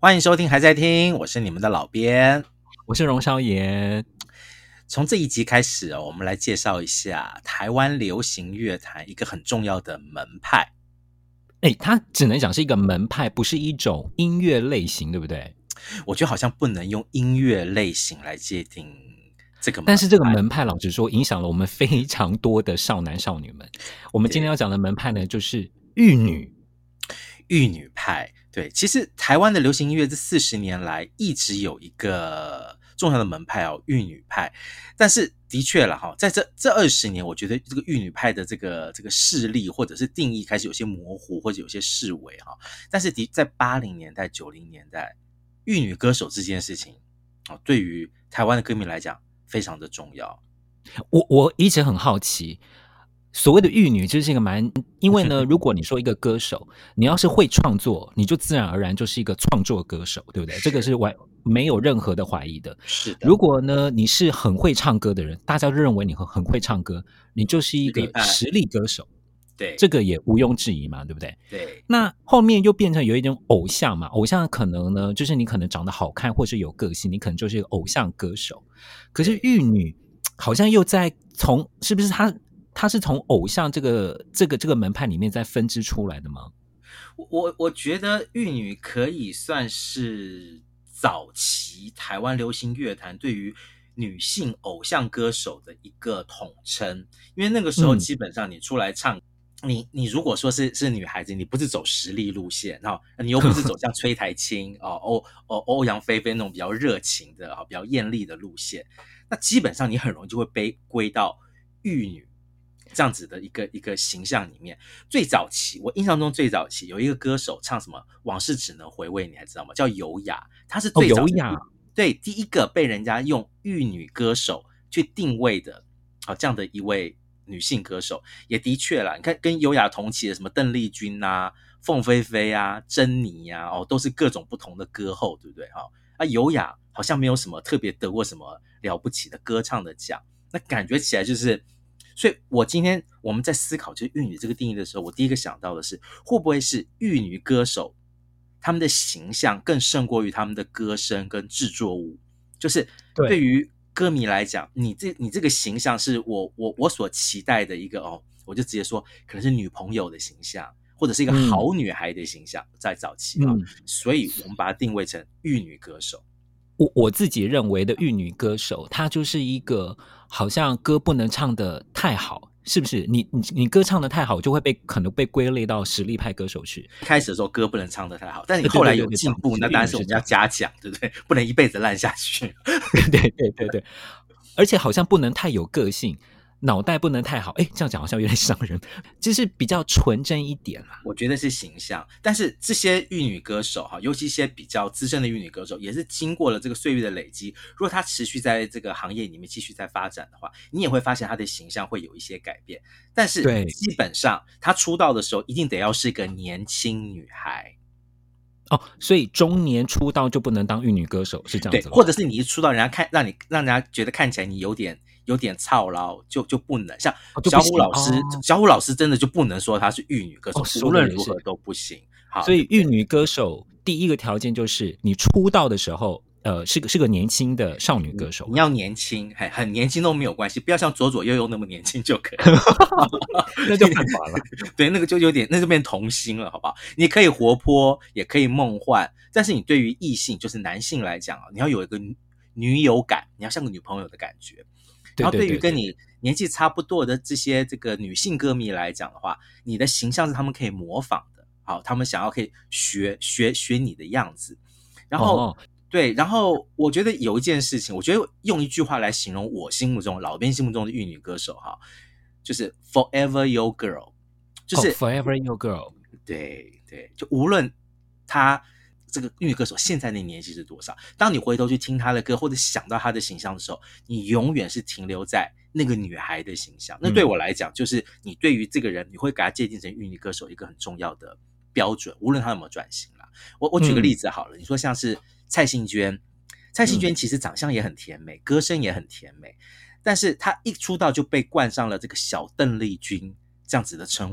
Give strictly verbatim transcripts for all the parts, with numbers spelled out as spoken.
欢迎收听还在听，我是你们的老编， 我是荣少爷。 从这一集开始、哦、我们来介绍一下台湾流行乐坛一个很重要的门派。 诶，它只能讲是一个门派，不是一种音乐类型，对不对？ 我觉得好像不能用音乐类型来界定这个门派， 但是这个门派老实说影响了我们非常多的少男少女们。我们今天要讲的门派呢，就是玉女。 玉女派，对，其实台湾的流行音乐这四十年来一直有一个重要的门派哦，玉女派。但是的确了哈，在这这二十年，我觉得这个玉女派的这个这个势力或者是定义开始有些模糊，或者有些式微哈。但是的在八零年代、九零年代，玉女歌手这件事情，对于台湾的歌迷来讲非常的重要。 我我一直很好奇。所谓的玉女就是一个蛮，因为呢，如果你说一个歌手，你要是会创作，你就自然而然就是一个创作歌手，对不对？这个是完没有任何的怀疑的。 是的。 如果呢，你是很会唱歌的人，大家就认为你很很会唱歌，你就是一个实力歌手。 对， 这个也毋庸置疑嘛，对不对？ 对。 那后面又变成有一种偶像嘛，偶像可能呢，就是你可能长得好看或是有个性，你可能就是一个偶像歌手。可是玉女好像又在从，是不是她？他是从偶像这个这个这个门派里面再分支出来的吗？ 我我觉得玉女可以算是早期台湾流行乐坛对于女性偶像歌手的一个统称，因为那个时候基本上你出来唱，嗯、你你如果说是是女孩子，你不是走实力路线，然后你又不是走像崔台青哦欧欧欧阳菲菲那种比较热情的比较艳丽的路线，那基本上你很容易就会被归到玉女这样子的一个一个形象里面。最早期我印象中最早期有一个歌手唱什么往事只能回味，你还知道吗？叫尤雅，他是最早、 哦、尤雅对第一个被人家用玉女歌手去定位的、哦、这样的一位女性歌手。也的确啦，你看跟尤雅同期的什么邓丽君啊、凤飞飞啊、珍妮啊、哦、都是各种不同的歌后，对不对、哦、啊，尤雅好像没有什么特别得过什么了不起的歌唱的奖，那感觉起来就是，所以我今天我们在思考就是玉女这个定义的时候，我第一个想到的是会不会是玉女歌手他们的形象更胜过于他们的歌声跟制作物，就是对于歌迷来讲，你这你这个形象是我我我所期待的一个哦，我就直接说可能是女朋友的形象，或者是一个好女孩的形象，嗯、在早期啊、哦嗯，所以我们把它定位成玉女歌手。 我我自己认为的玉女歌手，她就是一个好像歌不能唱得太好，是不是？你你你歌唱得太好，就会被可能被归类到实力派歌手去。 开始的时候歌不能唱得太好，但是你后来有进步，那当然是我们要嘉奖，对不对？不能一辈子烂下去。 对对对对对，而且好像不能太有个性。脑袋不能太好，哎，这样讲好像有点伤人，就是比较纯真一点啦。 我觉得是形象，但是这些玉女歌手哈，尤其一些比较资深的玉女歌手，也是经过了这个岁月的累积。如果她持续在这个行业里面继续在发展的话，你也会发现她的形象会有一些改变。但是基本上，她出道的时候一定得要是一个年轻女孩。 哦，所以中年出道就不能当玉女歌手，是这样子吗？ 对，或者是你一出道，人家看让你让人家觉得看起来你有点。有点操劳，就就不能像小虎老师、哦，小虎老师真的就不能说她是玉女歌手，哦、无论如何都不行。好， 所以玉女歌手第一个条件就是你出道的时候，呃，是个是个年轻的少女歌手， 你要年轻，很很年轻都没有关系，不要像左左右右那么年轻就可以， 那就犯法了。 对，那个就有点，那就变童星了，好不好？你可以活泼，也可以梦幻，但是你对于异性，就是男性来讲啊，你要有一个女友感，你要像个女朋友的感觉。然后对于跟你年纪差不多的这些这个女性歌迷来讲的话，你的形象是他们可以模仿的，好，他们想要可以学学学你的样子。然后、哦、对，然后我觉得有一件事情，我觉得用一句话来形容我心目中老编心目中的玉女歌手哈，就是 Forever Your Girl， 就是、 oh, Forever Your Girl， 对对，就无论她。这个玉女歌手现在的年纪是多少？当你回头去听她的歌，或者想到她的形象的时候，你永远是停留在那个女孩的形象。那对我来讲，就是你对于这个人，你会给她界定成玉女歌手一个很重要的标准，无论她有没有转型啦。我我举个例子好了，嗯、你说像是蔡幸娟，蔡幸娟其实长相也很甜美，歌声也很甜美，但是她一出道就被冠上了这个小邓丽君这样子的称谓。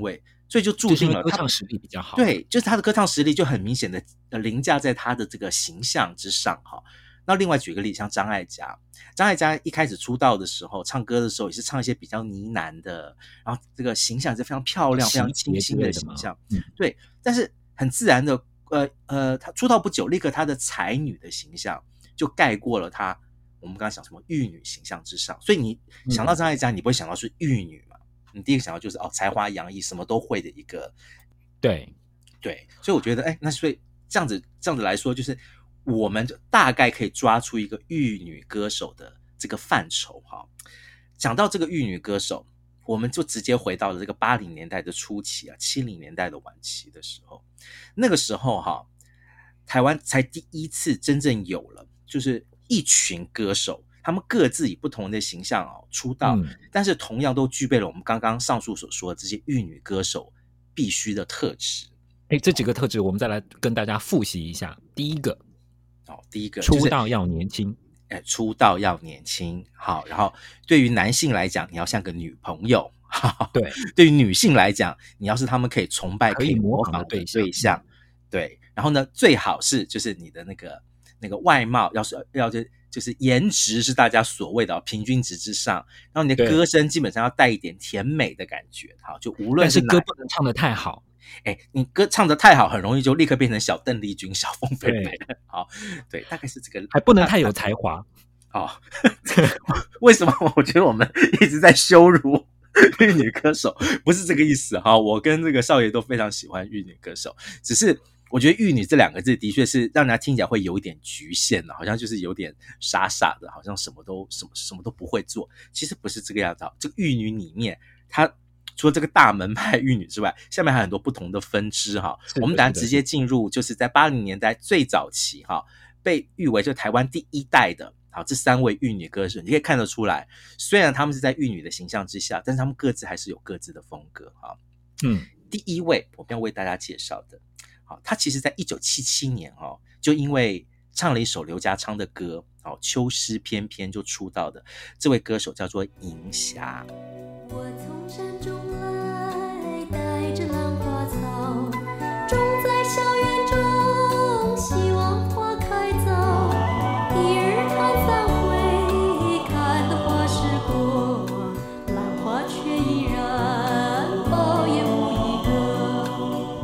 所以就注定了歌唱实力比较好。 对，就是他的歌唱实力就很明显的凌驾在他的这个形象之上哈。那另外举个例，像张艾嘉，张艾嘉一开始出道的时候，唱歌的时候也是唱一些比较呢喃的，然后这个形象是非常漂亮、非常清新的形象， 嗯、 对。但是很自然的，呃呃，他出道不久，立刻他的才女的形象就盖过了他我们刚刚讲什么玉女形象之上。所以你想到张艾嘉，你不会想到是玉女嘛？你第一个想到就是哦，才华洋溢，什么都会的一个， 对对。所以我觉得，哎，那所以这样子这样子来说，就是我们就大概可以抓出一个玉女歌手的这个范畴哈。讲到这个玉女歌手，我们就直接回到了这个八零年代的初期啊，七零年代的晚期的时候，那个时候哈，台湾才第一次真正有了，就是一群歌手，他们各自以不同的形象哦出道、嗯，但是同样都具备了我们刚刚上述所说的这些玉女歌手必须的特质。 哎，这几个特质我们再来跟大家复习一下。第一个， 哦，第一个、 就是、出道要年轻。 哎，出道要年轻，好。然后对于男性来讲，你要像个女朋友。 对， 对于女性来讲，你要是他们可以崇拜、 可以模仿的对象。 对象，对。然后呢，最好是就是你的那个那个外貌，要是要就就是颜值是大家所谓的平均值之上，然后你的歌声基本上要带一点甜美的感觉，好，就无论是但是歌不能唱得太好。 哎，你歌唱得太好，很容易就立刻变成小邓丽君、小凤飞飞。好，对，大概是这个， 还不能太有才华。 哦，为什么我觉得我们一直在羞辱玉女歌手？不是这个意思哈，我跟这个少爷都非常喜欢玉女歌手，只是我觉得玉女这两个字的确是让人家听起来会有一点局限的，好像就是有点傻傻的，好像什么都什么什么都不会做。其实不是这个样子，这个玉女里面，它除了这个大门派玉女之外，下面还有很多不同的分支哈。我们等下直接进入，就是在八零年代最早期哈，被誉为这台湾第一代的。好，这三位玉女歌手，你可以看得出来，虽然他们是在玉女的形象之下，但是他们各自还是有各自的风格哈。 嗯， 第一位我们要为大家介绍的，好，他其实在一九七七年哈，就因为唱了一首刘家昌的歌，好，秋诗翩翩就出道的这位歌手叫做银霞。 我从山中来，带着兰花草，种在校园中，希望花开早。一日看三回，看得花时过，兰花却依然苞也无一个。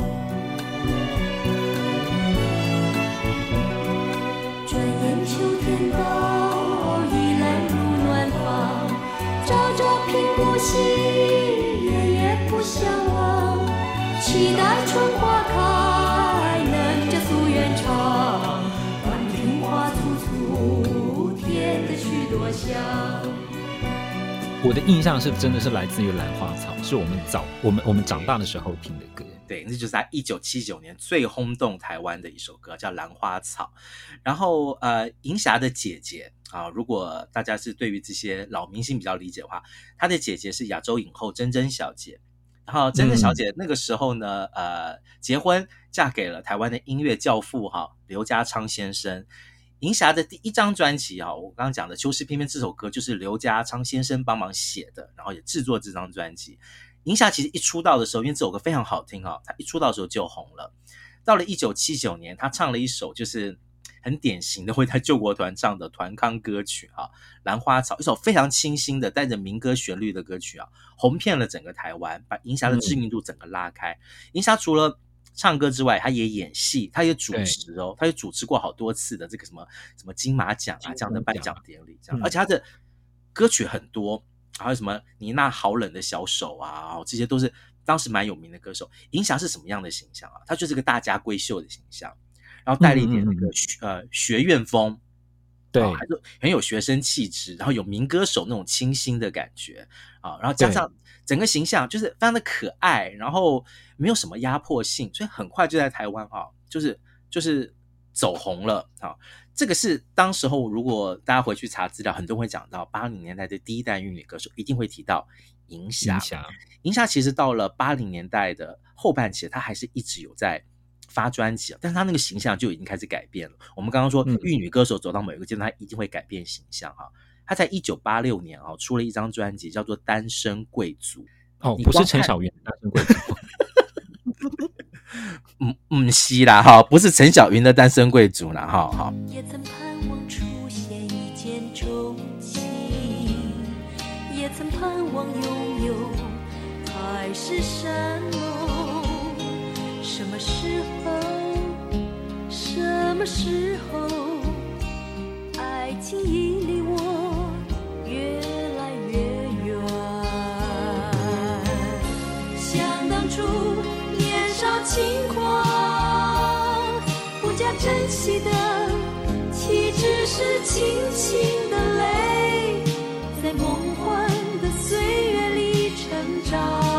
转眼秋天到，玉兰入暖房，朝朝频顾惜，夜夜不相忘。期待春花开，能这夙愿长。满庭花簇簇，添得许多香。 我的印象是真的是来自于兰花草，是我们早我们我们长大的时候听的歌。 对，那就是在一九七九年最轰动台湾的一首歌，叫《兰花草》。然后呃，银霞的姐姐啊，如果大家是对于这些老明星比较理解的话，她的姐姐是亚洲影后珍珍小姐。然后珍珍小姐那个时候呢，嗯、呃，结婚嫁给了台湾的音乐教父哈刘家昌先生。银霞的第一张专辑啊，我刚刚讲的《秋诗翩翩》这首歌就是刘家昌先生帮忙写的，然后也制作这张专辑。银霞其实一出道的时候，因为这首歌非常好听啊，她一出道的时候就红了。到了一九七九年，她唱了一首就是很典型的会在救国团唱的团康歌曲啊，《兰花草》，一首非常清新的带着民歌旋律的歌曲啊，红遍了整个台湾，把银霞的知名度整个拉开。嗯、银霞除了唱歌之外，他也演戏，他也主持哦，他也主持过好多次的这个什么什么金马奖啊这样的颁奖典礼，这样，嗯、而且他的歌曲很多，还有什么你那好冷的小手啊，这些都是当时蛮有名的歌手。银霞是什么样的形象啊？他就是个大家闺秀的形象，然后带了一点那个、嗯、呃学院风， 对， 还是很有学生气质，然后有民歌手那种清新的感觉啊，然后加上整个形象就是非常的可爱，然后没有什么压迫性，所以很快就在台湾啊，就是就是走红了啊。这个是当时候如果大家回去查资料，很多人会讲到八零年代的第一代玉女歌手，一定会提到银霞。银霞其实到了八零年代的后半期，她还是一直有在发专辑，但是她那个形象就已经开始改变了。我们刚刚说玉女歌手走到某一个阶段，她一定会改变形象啊。她在一九八六年啊出了一张专辑，叫做《单身贵族》。 哦，不是陈小圆的《单身贵族》。 嗯嗯，是啦哈，不是陈小云的单身贵族啦哈哈。 也曾盼望出现一见钟情，也曾盼望拥有海誓山盟。什么时候，什么时候，爱情已离我越来越远。想当初年少轻狂，不加珍惜的，岂只是轻轻的泪，在梦幻的岁月里成长。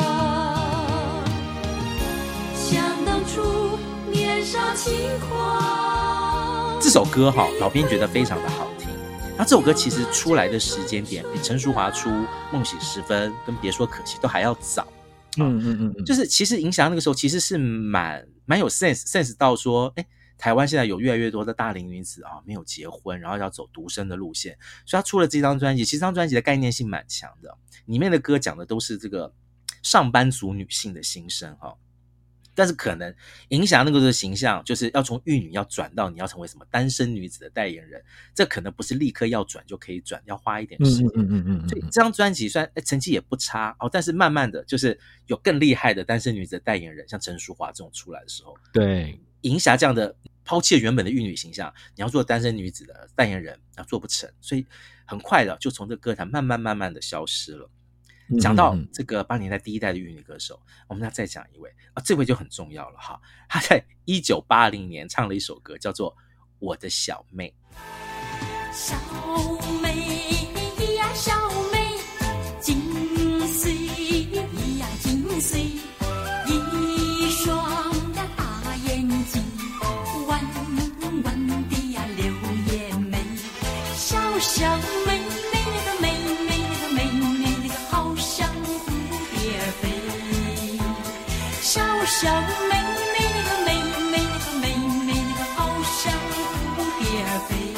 想当初年少轻狂。 这首歌哈，老编觉得非常的好听。那这首歌其实出来的时间点比陈淑华出《梦醒时分》跟《别说可惜》都还要早。 嗯嗯嗯嗯， 就是其实影响那个时候其实是蛮蛮有 sense sense 到说，哎，台湾现在有越来越多的大龄女子啊，没有结婚，然后要走独身的路线，所以他出了这张专辑。其实这张专辑的概念性蛮强的，里面的歌讲的都是这个上班族女性的心声哈。但是可能影响那个的形象，就是要从玉女要转到你要成为什么单身女子的代言人，这可能不是立刻要转就可以转，要花一点时间。 嗯嗯嗯嗯嗯， 所以这张专辑虽然成绩也不差哦，但是慢慢的就是有更厉害的单身女子的代言人，像陈淑华这种出来的时候， 对， 银霞这样的抛弃了原本的玉女形象，你要做单身女子的代言人，啊做不成，所以很快的就从这个歌坛慢慢慢慢的消失了。讲到这个八零年代第一代的玉女歌手，我们要再讲一位啊，这位就很重要了哈。她在一九八零年唱了一首歌，叫做《我的小妹》。 小妹呀，小妹，金穗呀，金穗，一双的大眼睛，弯弯的呀柳叶眉，小小妹妹那个妹妹那个妹妹那个好像蝴蝶飞，小小妹妹那个妹妹那个妹妹那个好像蝴蝶飞。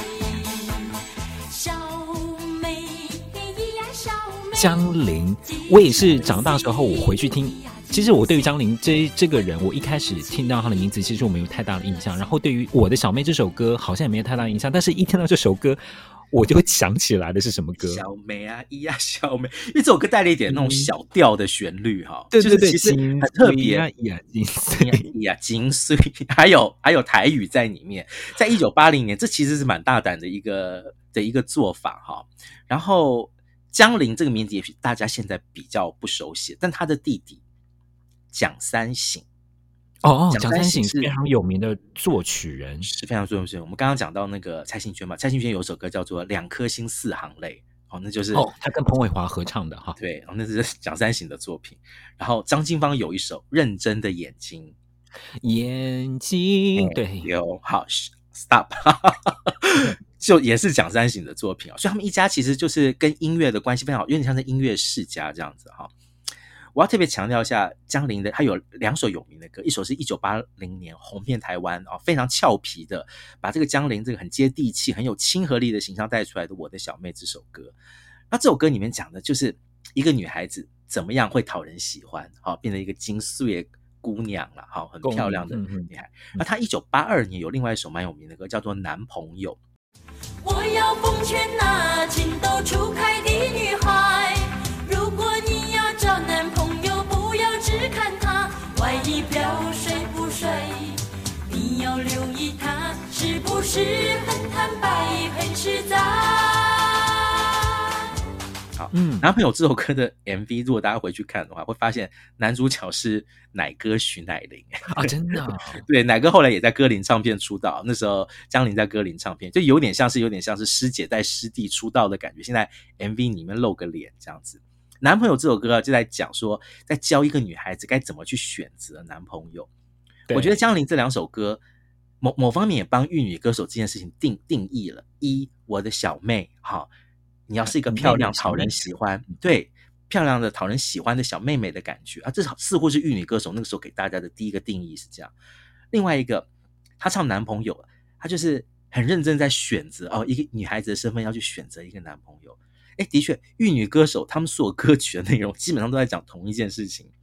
江玲，我也是长大之后我回去听，其实我对于江玲这这个人，我一开始听到她的名字，其实我没有太大的印象。然后对于我的小妹这首歌，好像也没有太大的印象。但是一听到这首歌，我就会想起来的是什么歌？ 小妹啊，咿呀小妹，因为这首歌带了一点那种小调的旋律哈、嗯， 对对对， 就是、其实很特别呀呀，金穗呀，金穗，还有还有台语在里面。在一九八零年，这其实是蛮大胆的一个的一个做法哈。然后江玲这个名字也许大家现在比较不熟悉，但他的弟弟蒋三省， 哦哦，蒋三省是非常有名的作曲人， 是非常有名的。我们刚刚讲到那个蔡幸娟嘛，蔡幸娟有首歌叫做《两颗心四行泪》，哦，那就是哦，他跟彭伟华合唱的哈。 对，哦，那是蒋三省的作品。然后张清芳有一首《认真的眼睛》， 眼睛，对， 有好 stop。就也是蒋三省的作品啊，所以他们一家其实就是跟音乐的关系非常好，有点像是音乐世家这样子哈。我要特别强调一下江玲的，她有两首有名的歌，一首是一九八零年红遍台湾啊，非常俏皮的把这个江玲这个很接地气、很有亲和力的形象带出来的《我的小妹》这首歌。那这首歌里面讲的就是一个女孩子怎么样会讨人喜欢，好变成一个金穗姑娘了，好很漂亮的女孩。那她一九八二年有另外一首蛮有名的歌，叫做《男朋友》。 我要奉劝那情窦初开的女孩，如果你要找男朋友，不要只看他外衣表水不水，你要留意他是不是很坦白很实在。 好，嗯，男朋友这首歌的 M V， 如果大家回去看的话，会发现男主角是乃哥徐乃麟啊，真的、哦， 对，乃哥后来也在歌林唱片出道，那时候江玲在歌林唱片，就有点像是有点像是师姐带师弟出道的感觉。现在 M V 里面露个脸这样子。男朋友这首歌就在讲说，在教一个女孩子该怎么去选择男朋友。我觉得江玲这两首歌，某某方面也帮玉女歌手这件事情定定义了。一，我的小妹，好。你要是一个漂亮讨人喜欢，对，漂亮的讨人喜欢的小妹妹的感觉啊，这似乎是玉女歌手那个时候给大家的第一个定义是这样。另外一个，她唱男朋友，她就是很认真在选择哦，一个女孩子的身份要去选择一个男朋友。哎，的确，玉女歌手他们所有歌曲的内容基本上都在讲同一件事情，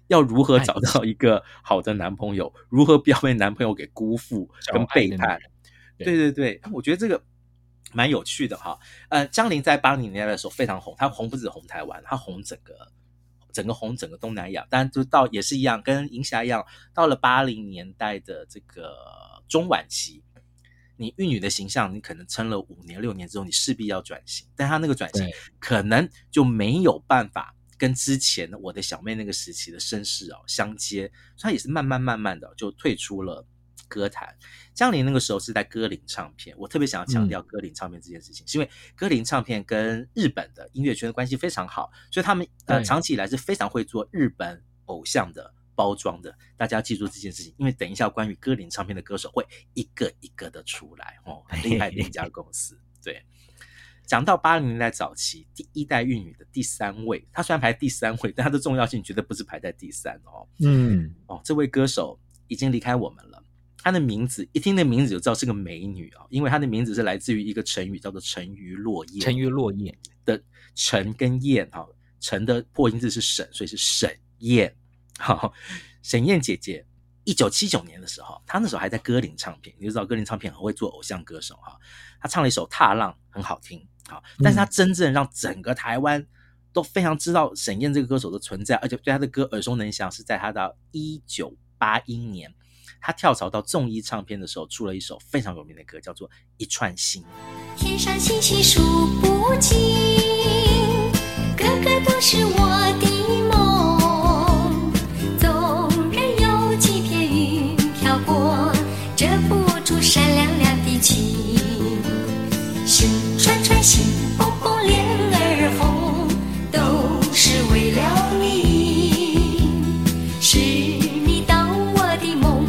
要如何找到一个好的男朋友，如何不要被男朋友给辜负跟背叛。对对对，我觉得这个蛮有趣的哈。呃，江玲在八零年代的时候非常红，她红不止红台湾，她红整个整个红整个东南亚。当然就到也是一样，跟银霞一样，到了八零年代的这个中晚期，你玉女的形象，你可能撑了五年六年之后，你势必要转型，但她那个转型可能就没有办法跟之前我的小妹那个时期的声势哦相接，所以她也是慢慢慢慢的就退出了歌坛。江玲那个时候是在歌林唱片，我特别想要强调歌林唱片这件事情，嗯、是因为歌林唱片跟日本的音乐圈的关系非常好，所以他们呃长期以来是非常会做日本偶像的包装的。大家要记住这件事情，因为等一下关于歌林唱片的歌手会一个一个的出来哦，很厉害的一家公司。对，讲到八零年代早期第一代玉女的第三位，她虽然排第三位，但她的重要性绝对不是排在第三哦。 嗯， 哦，这位歌手已经离开我们了。她的名字一听那名字就知道是个美女啊、哦，因为她的名字是来自于一个成语叫做沉鱼落雁。 沉鱼落雁的沉跟雁哈，沉的破音字是沈，所以是沈燕。好，沈燕姐姐一九七九年的时候，她那时候还在歌林唱片，你就知道歌林唱片很会做偶像歌手哈。她唱了一首《踏浪》，很好听。好，但是她真正让整个台湾都非常知道沈燕这个歌手的存在，而且对她的歌耳熟能详，是在她的一九八一年。他跳槽到众艺唱片的时候，出了一首非常有名的歌，叫做《一串心》。 天上星星数不尽，个个都是我的梦。纵然有几片云飘过，遮不住闪亮亮的情。心串串心，蹦蹦脸儿红，都是为了你。是你到我的梦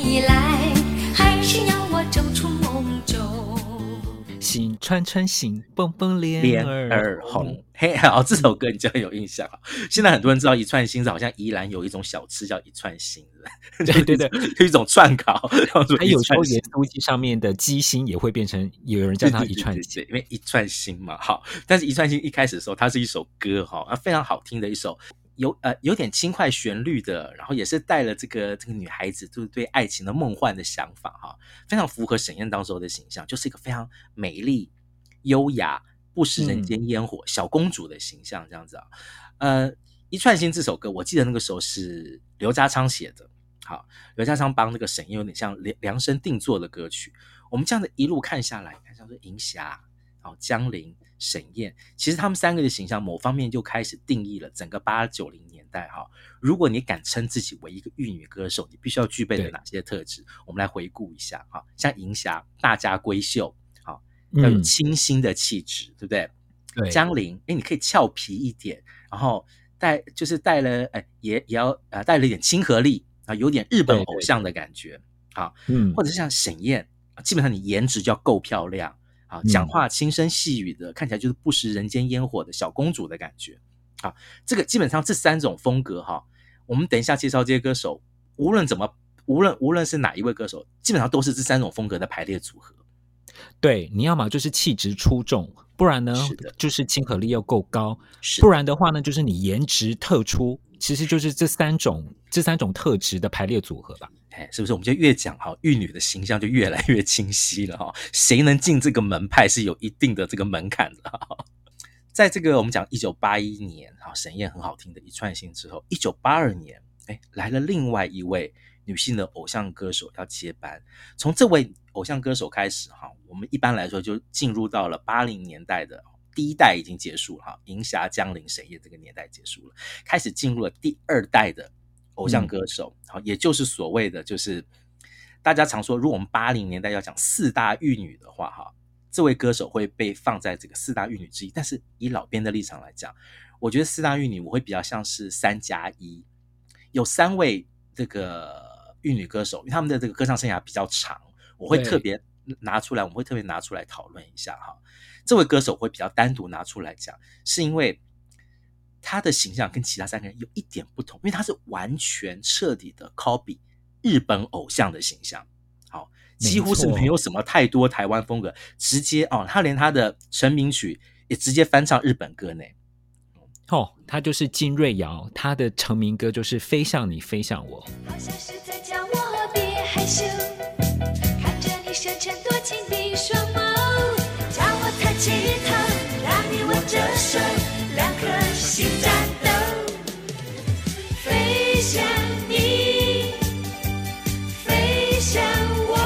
心串串心，蹦蹦脸儿红。 嘿，好，这首歌你就很有印象。现在很多人知道一串心，好像宜兰有一种小吃叫一串心， 对对对， 有一种串烤。 还有时候盐酥鸡上面的鸡心也会变成有人叫它一串心， 对对对对，因为一串心嘛。好，但是一串心一开始的时候，它是一首歌哈，非常好听的一首。有呃有点轻快旋律的，然后也是带了这个这个女孩子就是对爱情的梦幻的想法哈，非常符合沈燕当时候的形象，就是一个非常美丽、优雅、不食人间烟火、嗯、小公主的形象这样子啊。呃，一串心这首歌，我记得那个时候是刘家昌写的，好，刘家昌帮那个沈燕有点像量身定做的歌曲。我们这样的一路看下来，看像是银霞，然后江玲。沈燕，其实他们三个的形象某方面就开始定义了整个八九零年代哈。如果你敢称自己为一个玉女歌手，你必须要具备的哪些特质？我们来回顾一下哈。像银霞，大家闺秀，好，要有清新的气质，嗯、对不对？ 对。 江玲，哎，你可以俏皮一点，然后带就是带了，哎，也也要呃带了一点亲和力啊，有点日本偶像的感觉啊。嗯。或者是像沈燕，基本上你颜值就要够漂亮。啊，讲话轻声细语的，嗯、看起来就是不食人间烟火的小公主的感觉。啊，这个基本上这三种风格哈，我们等一下介绍这些歌手，无论怎么，无论无论是哪一位歌手，基本上都是这三种风格的排列组合。 对，你要么就是气质出众，不然呢就是亲和力要够高，不然的话呢就是你颜值特出，其实就是这三种这三种特质的排列组合吧。 哎，是不是我们就越讲哈，玉女的形象就越来越清晰了哈？谁能进这个门派是有一定的这个门槛的哈。在这个我们讲一九八一年哈，沈燕很好听的一串心之后，一九八二年，哎，来了另外一位女性的偶像歌手要接班。从这位偶像歌手开始哈，我们一般来说就进入到了八零年代的第一代已经结束了哈，银霞、江玲、沈燕这个年代结束了，开始进入了第二代的偶像歌手，好、嗯，也就是所谓的就是大家常说，如果我们八零年代要讲四大玉女的话，哈，这位歌手会被放在这个四大玉女之一。但是以老编的立场来讲，我觉得四大玉女我会比较像是三加一，有三位这个玉女歌手，因为他们的这个歌唱生涯比较长，我会特别拿出来，我们会特别拿出来讨论一下哈。这位歌手会比较单独拿出来讲，是因为他的形象跟其他三个人有一点不同，因为他是完全彻底的 copy 日本偶像的形象，好，几乎是没有什么太多台湾风格，直接哦，他连他的成名曲也直接翻唱日本歌呢。 哦，他就是金瑞瑶，他的成名歌就是《飞向你，飞向我》。 好像是在叫我别害羞，看着你深沉多情的双眸，叫我抬起头，让你握着手，两颗心战斗，飞向你，飞向我，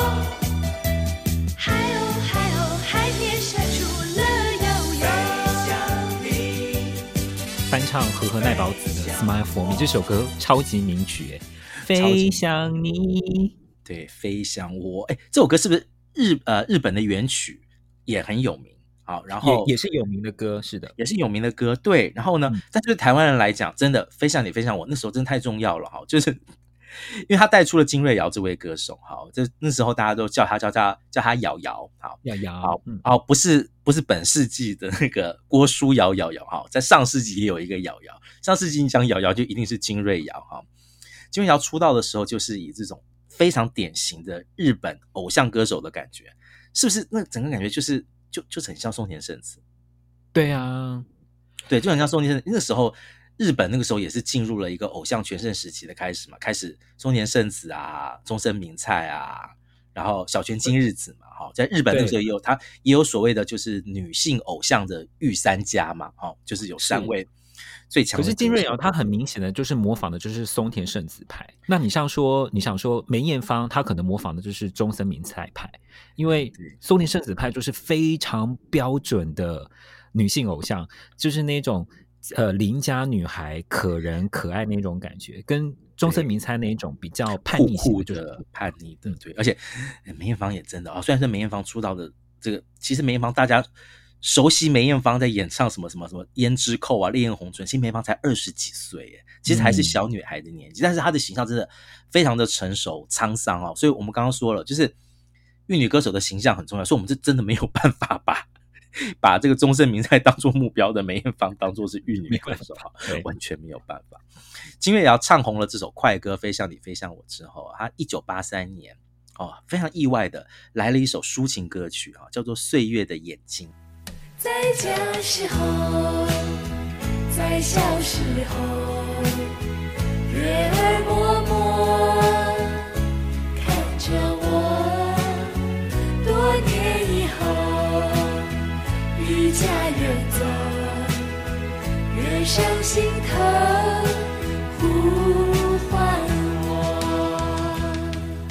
嗨哦嗨哦，海面射出了悠悠。 翻唱和和奈保子的《Smile for Me》这首歌超级名曲，飞向你。 对，飞向我。哎，这首歌是不是日呃日本的原曲也很有名？好，然后也也是有名的歌，是的， 也是有名的歌。对，然后呢，嗯、但对台湾人来讲，真的飞向你，飞向我，那时候真的太重要了哈，就是因为他带出了金瑞瑶这位歌手。好，这那时候大家都叫他叫他叫他瑶瑶，好， 瑶瑶， 好， 嗯， 好，不是不是本世纪的那个郭书瑶瑶瑶哈，在上世纪也有一个瑶瑶，上世纪你讲瑶瑶就一定是金瑞瑶哈。金瑞瑶出道的时候就是以这种非常典型的日本偶像歌手的感觉，是不是？那整个感觉就是就就是很像松田圣子。 对啊，对， 就很像松田圣子。那个时候日本那个时候也是进入了一个偶像全盛时期的开始嘛，开始松田圣子啊、中森明菜啊，然后小泉今日子嘛，哈，在日本那个时候也有他也有所谓的就是女性偶像的御三家嘛，哈，就是有三位。最强的。 可是金瑞瑶她很明显的就是模仿的就是松田圣子派，那你像说你想说梅艳芳她可能模仿的就是中森明菜派，因为松田圣子派就是非常标准的女性偶像，就是那种呃邻家女孩可人可爱那种感觉，跟中森明菜那一种比较叛逆型的、就是、 酷酷的叛逆的，对，而且梅艳芳也真的啊、哦，虽然是梅艳芳出道的这个，其实梅艳芳大家熟悉梅艳芳在演唱什么什么什么胭脂扣啊、烈焰红唇，其实梅艳芳才二十几岁耶，其实还是小女孩的年纪、嗯、但是她的形象真的非常的成熟沧桑哦，所以我们刚刚说了，就是玉女歌手的形象很重要，所以我们是真的没有办法把把这个中森明菜当作目标的梅艳芳当作是玉女歌手，完全没有办法。金月瑶唱红了这首快歌《飞向你飞向我》之后，她一九八三年哦，非常意外的来了一首抒情歌曲啊，叫做《岁月的眼睛》。 在家时候，在小时候，月儿默默看着我，多年以后离家远走，月上心头呼唤我。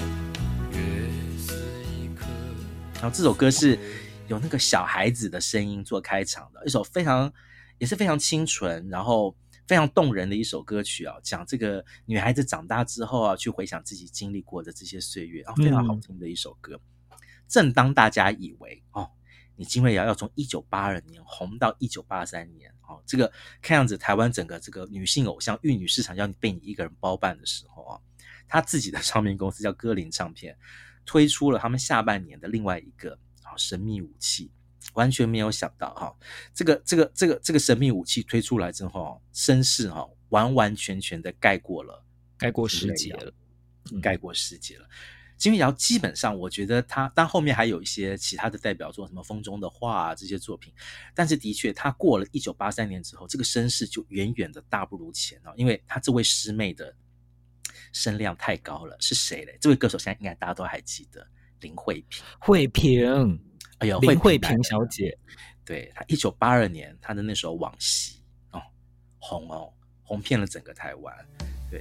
然后这首歌是有那个小孩子的声音做开场的，一首非常也是非常清纯，然后非常动人的一首歌曲啊，讲这个女孩子长大之后啊，去回想自己经历过的这些岁月，然后非常好听的一首歌。嗯、正当大家以为哦，你金瑞瑶要从一九八二年红到一九八三年哦，这个看样子台湾整个这个女性偶像玉女市场要被你一个人包办的时候啊，她自己的唱片公司叫歌林唱片，推出了他们下半年的另外一个神秘武器，完全没有想到哈，这个这个这个这个神秘武器推出来之后，声势哈完完全全的盖过了， 盖过世界了， 嗯、盖过世界了。金月瑶基本上，我觉得他，但后面还有一些其他的代表作，什么《风中的画》啊这些作品，但是的确，他过了一九八三年之后，这个声势就远远的大不如前哦，因为他这位师妹的声量太高了，是谁嘞？这位歌手现在应该大家都还记得。林慧萍， 慧萍， 哎呦， 林慧萍小姐， 对，她一九八二年她的那首《往昔》哦，红哦，红遍了整个台湾，对。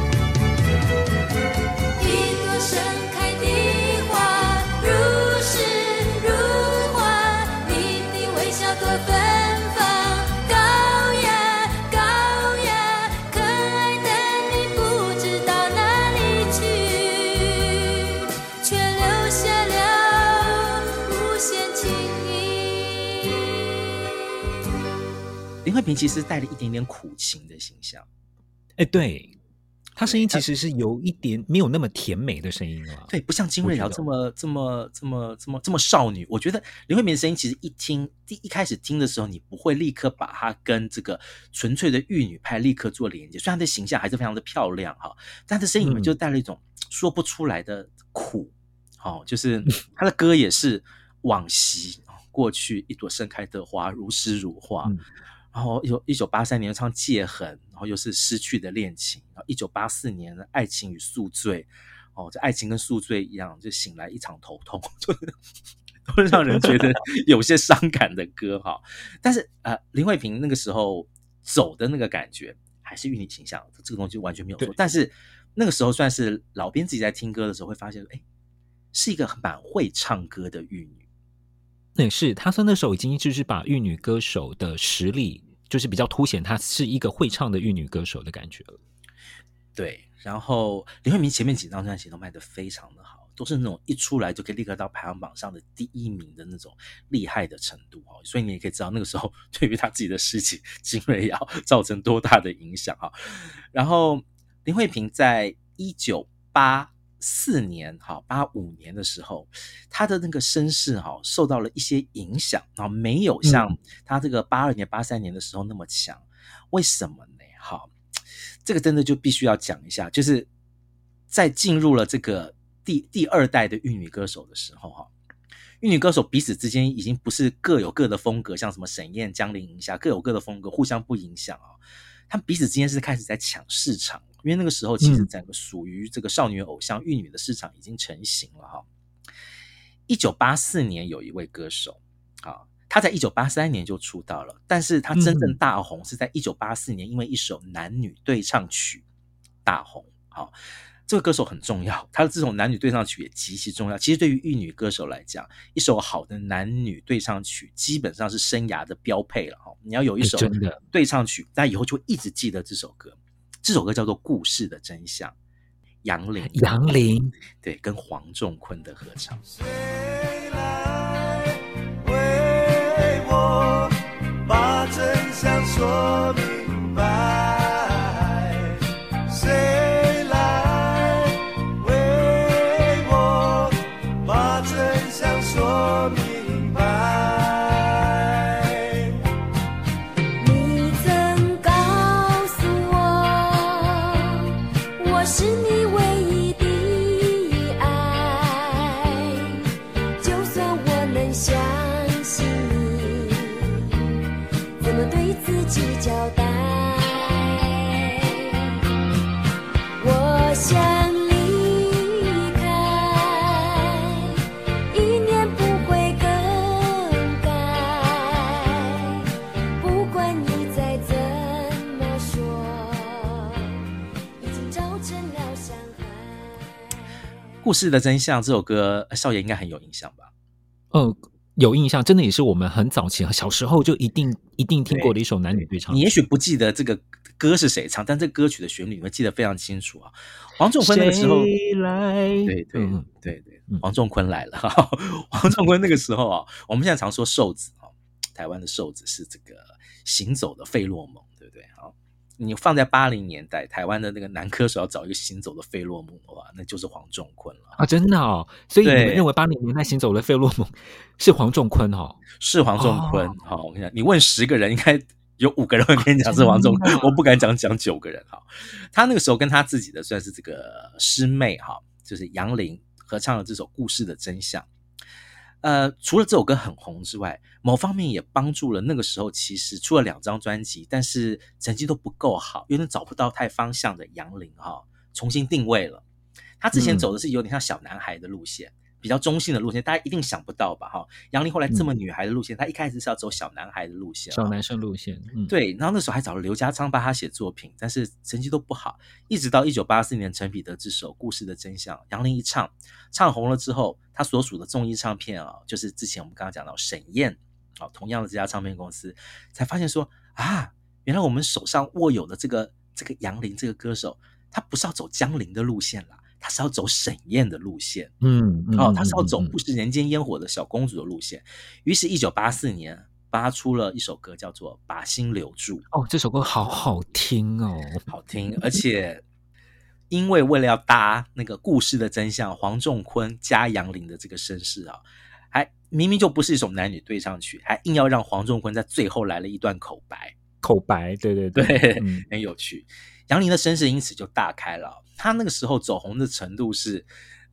一朵盛开的花，如诗如画，你的微笑多芬芳，高雅高雅，可爱的你不知道哪里去，却留下了无限情意。 林慧萍其实带了一点点苦情的形象， 哎，对。他声音其实是有一点没有那么甜美的声音了， 对，不像金瑞瑶这么这么这么这么这么少女。我觉得林慧萍的声音其实一听，第一开始听的时候，你不会立刻把她跟这个纯粹的玉女派立刻做连接。虽然她的形象还是非常的漂亮哈，但她的声音里面就带了一种说不出来的苦。好、嗯哦，就是她的歌也是往昔，过去一朵盛开的花，如诗如画。嗯然后一九八三年又唱《戒痕》，然后又是失去的恋情，然后一九八四年的《爱情与宿醉》，哦，这爱情跟宿醉一样，就醒来一场头痛，就是都会让人觉得有些伤感的歌哈。但是呃，林慧萍那个时候走的那个感觉还是玉女形象，这个东西完全没有错。但是那个时候算是老编自己在听歌的时候会发现，哎，是一个蛮会唱歌的玉女。 那是他说那时候已经就是把玉女歌手的实力，就是比较凸显她是一个会唱的玉女歌手的感觉了。 对，然后林慧萍前面几张专辑都卖得非常的好，都是那种一出来就可以立刻到排行榜上的第一名的那种厉害的程度，所以你也可以知道那个时候对于他自己的事情金瑞瑶造成多大的影响。然后林慧萍在一九八四年八五年的时候，他的那个声势受到了一些影响，然后没有像他这个八二年八三年的时候那么强。为什么呢？好，这个真的就必须要讲一下，就是在进入了这个第第二代的玉女歌手的时候，玉女歌手彼此之间已经不是各有各的风格，像什么沈燕、江玲、银霞各有各的风格，互相不影响啊。他们彼此之间是开始在抢市场，因为那个时候其实整个属于这个少女偶像玉女的市场已经成型了哈。一九八四年有一位歌手啊，他在一九八三年就出道了，但是他真正大红是在一九八四年，因为一首男女对唱曲大红。好，这个歌手很重要，他的这种男女对唱曲也极其重要。其实对于玉女歌手来讲，一首好的男女对唱曲基本上是生涯的标配了。你要有一首对唱曲，大家以后就会一直记得这首歌。这首歌叫做《故事的真相》，杨林杨林对跟黄仲坤的合唱。 谁来为我把真相说明白？谁来为我把真相说明白？ 你曾告诉我，我是你唯一的爱，就算我能相信你，怎么对自己交代？我想离开，一念不会更改，不管你再怎么说，已经造成了伤害。 故事的真相这首歌，少爷应该很有印象吧？ 呃，有印象，真的也是我们很早期小时候就一定一定听过的一首男女对唱曲。 你也许不记得这个歌是谁唱，但这个歌曲的旋律你会记得非常清楚啊。黄仲坤那个时候， 谁来对对、 嗯、 对对， 嗯黄仲坤来了。黄仲坤那个时候啊，我们现在常说瘦子啊，台湾的瘦子是这个行走的费洛蒙，对不对？好，你放在八零年代，台湾的那个男歌手要找一个行走的费洛蒙的话，那就是黄仲坤了啊！真的哦，所以你们认为八零年代行走的费洛蒙是黄仲坤哦？ 是黄仲坤。好、哦，我跟你讲，你问十个人，应该有五个人会跟你讲是黄仲坤，我不敢讲讲九个人。哈，他那个时候跟他自己的算是这个师妹哈，就是杨林合唱了这首《故事的真相》。呃，除了这首歌很红之外，某方面也帮助了那个时候其实出了两张专辑，但是成绩都不够好，有点找不到太方向的杨林哈，重新定位了。他之前走的是有点像小男孩的路线。嗯，比较中性的路线，大家一定想不到吧？哈，杨林后来这么女孩的路线，她、嗯、一开始是要走小男孩的路线， 小男生路线。嗯， 对。然后那时候还找了刘家昌帮他写作品，但是成绩都不好。一直到一九八四年陈彼得这首《故事的真相》，杨林一唱，唱红了之后，他所属的综艺唱片啊，就是之前我们刚刚讲到沈燕啊，同样的这家唱片公司，才发现说啊，原来我们手上握有的这个这个杨林这个歌手，他不是要走江林的路线啦。他是要走沈燕的路线， 嗯， 哦，他是要走不食人间烟火的小公主的路线。于是，一九八四年，发出了一首歌，叫做《把心留住》。 哦，这首歌好好听哦， 好听，而且因为为了要搭那个故事的真相，黄仲坤加杨林的这个声势啊，还明明就不是一首男女对唱曲，还硬要让黄仲坤在最后来了一段口白。 口白，对对对，对嗯、很有趣。杨林的声势因此就大开了。他那个时候走红的程度是，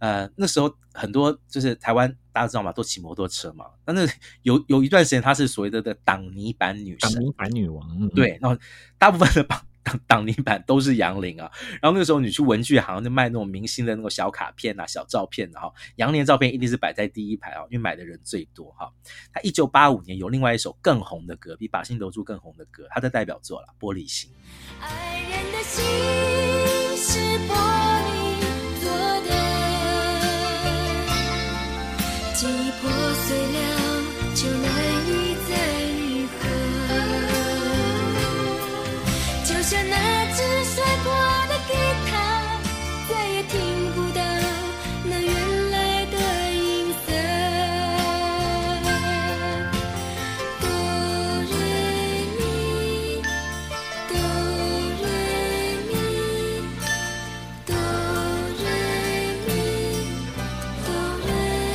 呃，那时候很多就是台湾大家知道嘛，都骑摩托车嘛。但是有有一段时间，她是所谓的的挡泥板女神， 挡泥板女王。嗯、 对，然后大部分的挡挡挡泥板都是杨林啊。然后那个时候你去文具行就卖那种明星的那种小卡片啊、小照片，然后杨林的照片一定是摆在第一排啊，因为买的人最多哈。他一九八五年有另外一首更红的歌，比《靶心留住》更红的歌，他的代表作了《玻璃心》。 爱人的心是玻璃做的，记忆破碎了就难以再愈合，就像那只摔破的吉他，再也听不到那原来的音色。哆来咪，哆来咪，哆来咪，哆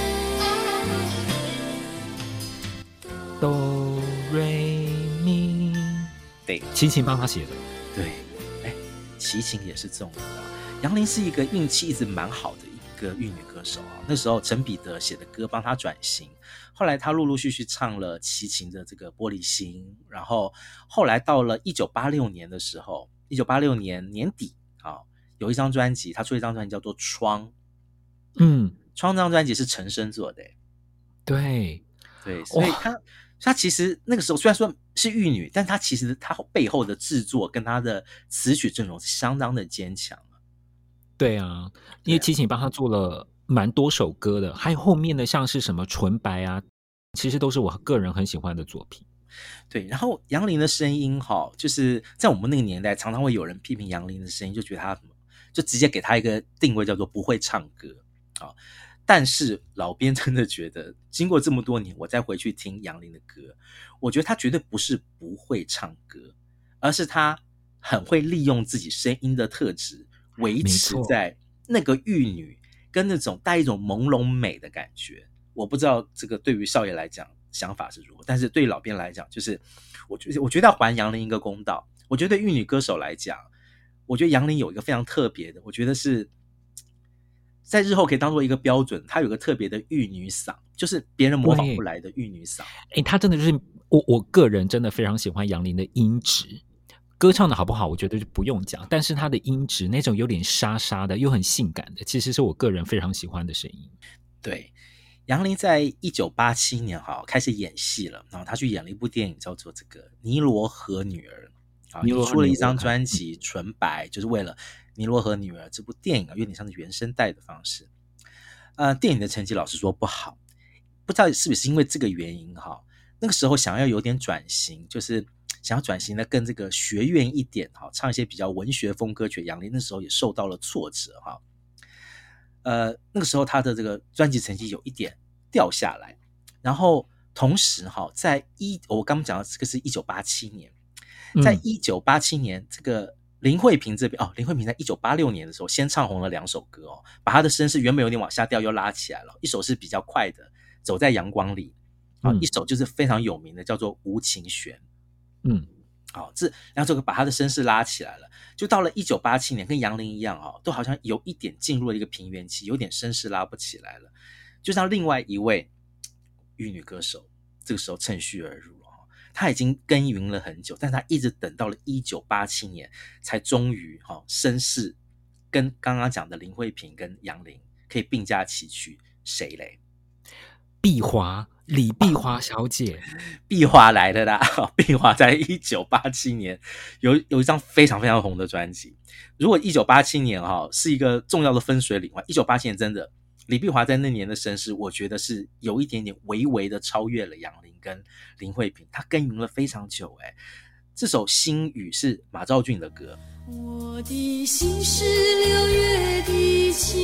来。 哆瑞咪， 对， 齐秦帮他写的。 对，哎，齐秦也是这种人啊。杨林是一个运气一直蛮好的一个玉女歌手啊。那时候陈彼得写的歌帮她转型，后来她陆陆续续唱了齐秦的这个《玻璃心》，然后后来到了一九八六年的时候，一九八六年年底啊，有一张专辑，她出了一张专辑叫做《窗》。 嗯， 窗这张专辑是陈升做的， 对对，所以她她其实那个时候虽然说是玉女，但她其实她背后的制作跟她的词曲阵容是相当的坚强。 对啊，因为齐秦帮他做了蛮多首歌的，还有后面的像是什么纯白啊，其实都是我个人很喜欢的作品。 对，然后杨林的声音哈，就是在我们那个年代，常常会有人批评杨林的声音，就觉得他就直接给他一个定位叫做不会唱歌啊。但是老编真的觉得，经过这么多年，我再回去听杨林的歌，我觉得他绝对不是不会唱歌，而是他很会利用自己声音的特质，维持在那个玉女跟那种带一种朦胧美的感觉。我不知道这个对于少爷来讲想法是如何，但是对于老编来讲，就是我觉得我觉得要还杨林一个公道。我觉得对玉女歌手来讲，我觉得杨林有一个非常特别的，我觉得是在日后可以当做一个标准，她有个特别的玉女嗓，就是别人模仿不来的玉女嗓。 哎，她真的就是我我个人真的非常喜欢杨林的音质。歌唱的好不好，我觉得就不用讲，但是他的音质那种有点沙沙的又很性感的，其实是我个人非常喜欢的声音。 对，杨林在一九八七年哈开始演戏了，然后他去演了一部电影叫做这个《尼罗河女儿》啊，又出了一张专辑《纯白》，就是为了《尼罗河女儿》这部电影啊，有点像是原声带的方式。呃，电影的成绩老实说不好，不知道是不是因为这个原因哈，那个时候想要有点转型，就是想要转型的更这个学院一点，唱一些比较文学风歌曲，杨林那时候也受到了挫折哈。呃，那个时候他的这个专辑成绩有一点掉下来，然后同时哈，在一我刚刚讲的这个是一九八七年，在一九八七年这个林慧萍这边哦，林慧萍在一九八六年的时候先唱红了两首歌哦，把她的声势原本有点往下掉又拉起来了，一首是比较快的《走在阳光里》啊、嗯，一首就是非常有名的叫做《无情弦》。嗯，好，这两首歌把他的声势拉起来了，就到了一九八七年，跟杨林一样哦，都好像有一点进入了一个平原期，有点声势拉不起来了。就像另外一位玉女歌手，这个时候趁虚而入哦，他已经耕耘了很久，但他一直等到了一九八七年，才终于哈、哦、声势跟刚刚讲的林慧萍跟杨林可以并驾齐驱，谁嘞？ 碧华。李碧华小姐， 碧华来了啦！碧华在一九八七年有有一张非常非常红的专辑。如果一九八七年哈、哦、是一个重要的分水岭，一九八七年真的李碧华在那年的声势，我觉得是有一点点微微的超越了杨林跟林慧萍，她耕耘了非常久哎。这首《心语》是马兆骏的歌。 我的心是六月的晴，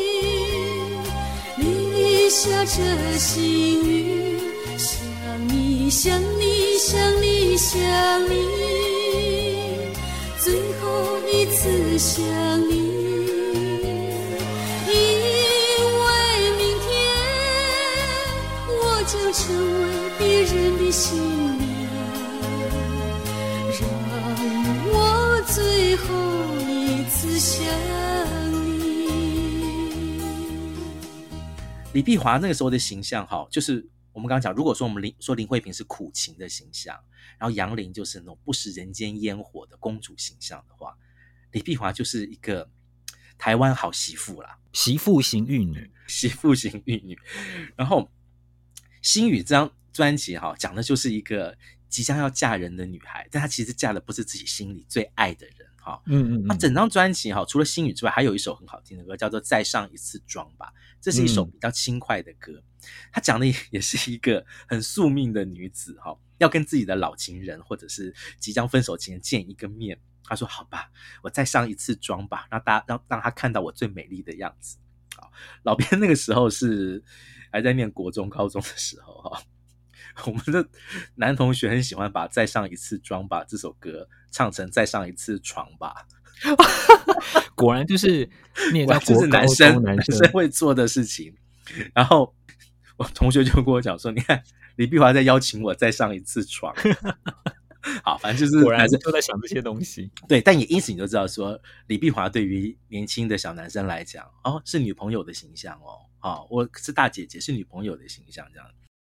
淋漓下着细雨。想你想你想你想你，最后一次想你，因为明天我将成为别人的新娘，让我最后一次想你。 李碧华那个时候的形象哈，就是我们刚刚讲，如果说我们林说林慧萍是苦情的形象，然后杨玲就是那种不食人间烟火的公主形象的话，李碧华就是一个台湾好媳妇啦， 媳妇型玉女， 媳妇型玉女。然后星宇这张专辑哈，讲的就是一个即将要嫁人的女孩，但她其实嫁的不是自己心里最爱的人哈。 嗯嗯嗯， 那整张专辑哈，除了星宇之外，还有一首很好听的歌，叫做《再上一次妆吧》，这是一首比较轻快的歌。她讲的也是一个很宿命的女子哈，要跟自己的老情人或者是即将分手情人见一个面。她说：“好吧，我再上一次妆吧，让大家让让她看到我最美丽的样子。”好，老编那个时候是还在念国中、高中的时候哈。我们的男同学很喜欢把《再上一次妆吧》这首歌唱成再上一次床吧。 果然就是念在国高中男生男生会做的事情。然后我同学就跟我讲说，你看李碧华在邀请我再上一次床。好，反正就是果然就在想这些东西。 对，但也因此你就知道说，李碧华对于年轻的小男生来讲，哦，是女朋友的形象哦，哦，我是大姐姐，是女朋友的形象这样。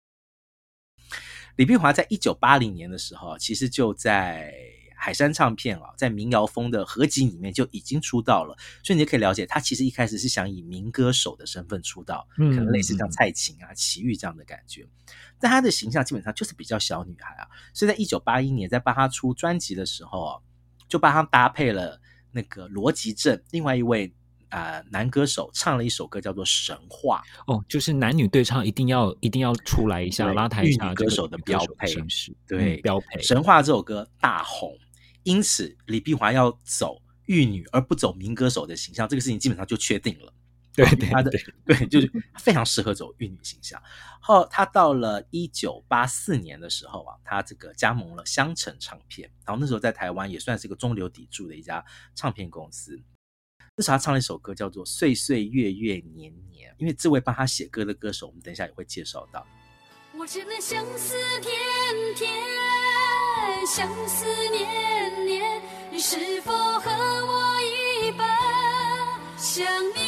李碧华在一九八零年的时候，其实就在海山唱片啊，在民谣风的合集里面就已经出道了，所以你就可以了解，他其实一开始是想以民歌手的身份出道， 嗯， 可能类似像蔡琴啊、齐豫这样的感觉。但他的形象基本上就是比较小女孩啊，所以在一九八一年在帮他出专辑的时候啊，就帮他搭配了那个罗吉正，另外一位呃男歌手唱了一首歌叫做《神话》 哦，就是男女对唱一定要一定要出来一下，拉抬一下女歌手的标配，对、 嗯、标配。 《神话》这首歌大红，因此李碧华要走玉女而不走民歌手的形象，这个事情基本上就确定了。 对对对， 他的对，就是非常适合走玉女形象。后他到了一九八四年的时候啊，他这个加盟了香城唱片，然后那时候在台湾也算是个中流砥柱的一家唱片公司。那时候他唱了一首歌叫做《岁岁月月年年》，因为这位帮他写歌的歌手，我们等一下也会介绍到。 我只能相思天天，相思年年，你是否和我一般想念？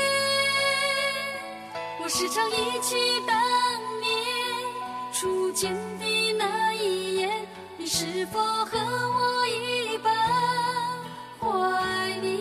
我时常忆起当年初见的那一眼，你是否和我一般怀念？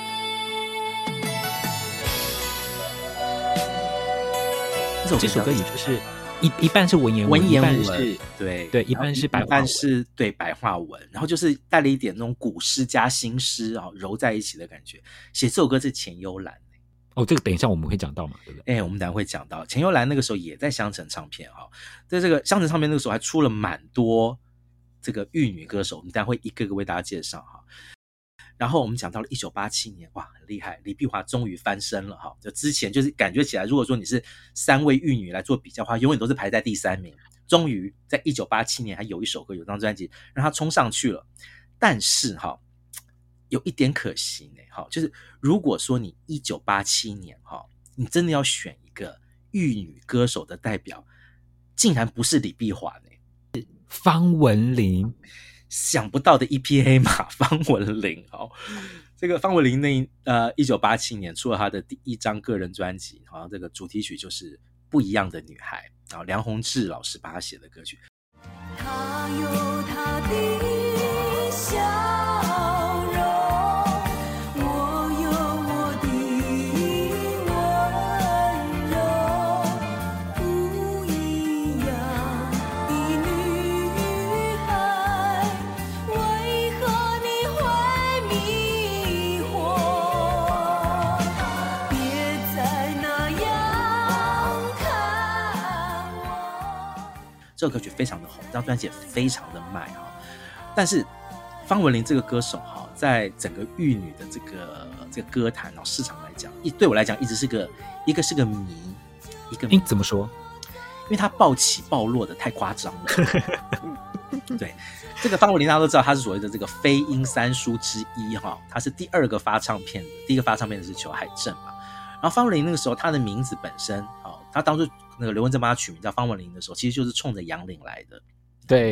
这首歌也就是一一半是文言文， 文言文一半是对对，一半是白话文， 一半是对白话文，然后就是带了一点那种古诗加新诗啊、哦、揉在一起的感觉。写这首歌是钱幽兰。 哦，这个等一下我们会讲到嘛，对不对？ 哎，我们等一下会讲到钱幽兰那个时候也在香城唱片哈、哦，在这个香城唱片那个时候还出了蛮多这个玉女歌手，我们等一下会一个个为大家介绍哈。然后我们讲到了一九八七年，哇，很厉害，李碧华终于翻身了哈。就之前就是感觉起来，如果说你是三位玉女来做比较的话，永远都是排在第三名。终于在一九八七年还有一首歌，有张专辑让他冲上去了。但是哈，有一点可惜呢，哈，就是如果说你一九八七年哈，你真的要选一个玉女歌手的代表，竟然不是李碧华呢， 方文琳。 想不到的一匹黑马方文琳哦，这个方文琳那呃一九八七年出了他的第一张个人专辑，好像这个主题曲就是不一样的女孩，然后梁鸿志老师把他写的歌曲。 他有他的笑容，我有我的温柔，不一样的女孩，为何你会迷惑？别再那样看我。 这首歌曲非常的红，这张专辑也非常的卖哈。但是方文琳这个歌手哈，在整个玉女的这个这个歌坛市场来讲，一对我来讲一直是个一个是个谜，一个谜。 你怎么说？ 因为她暴起暴落的太夸张了。对，这个方文琳大家都知道，她是所谓的这个飞鹰三叔之一哈，她是第二个发唱片的，第一个发唱片的是裘海正嘛。然后方文琳那个时候她的名字本身，她当初那个刘文正帮她取名叫方文琳的时候，其实就是冲着杨林来的。 对，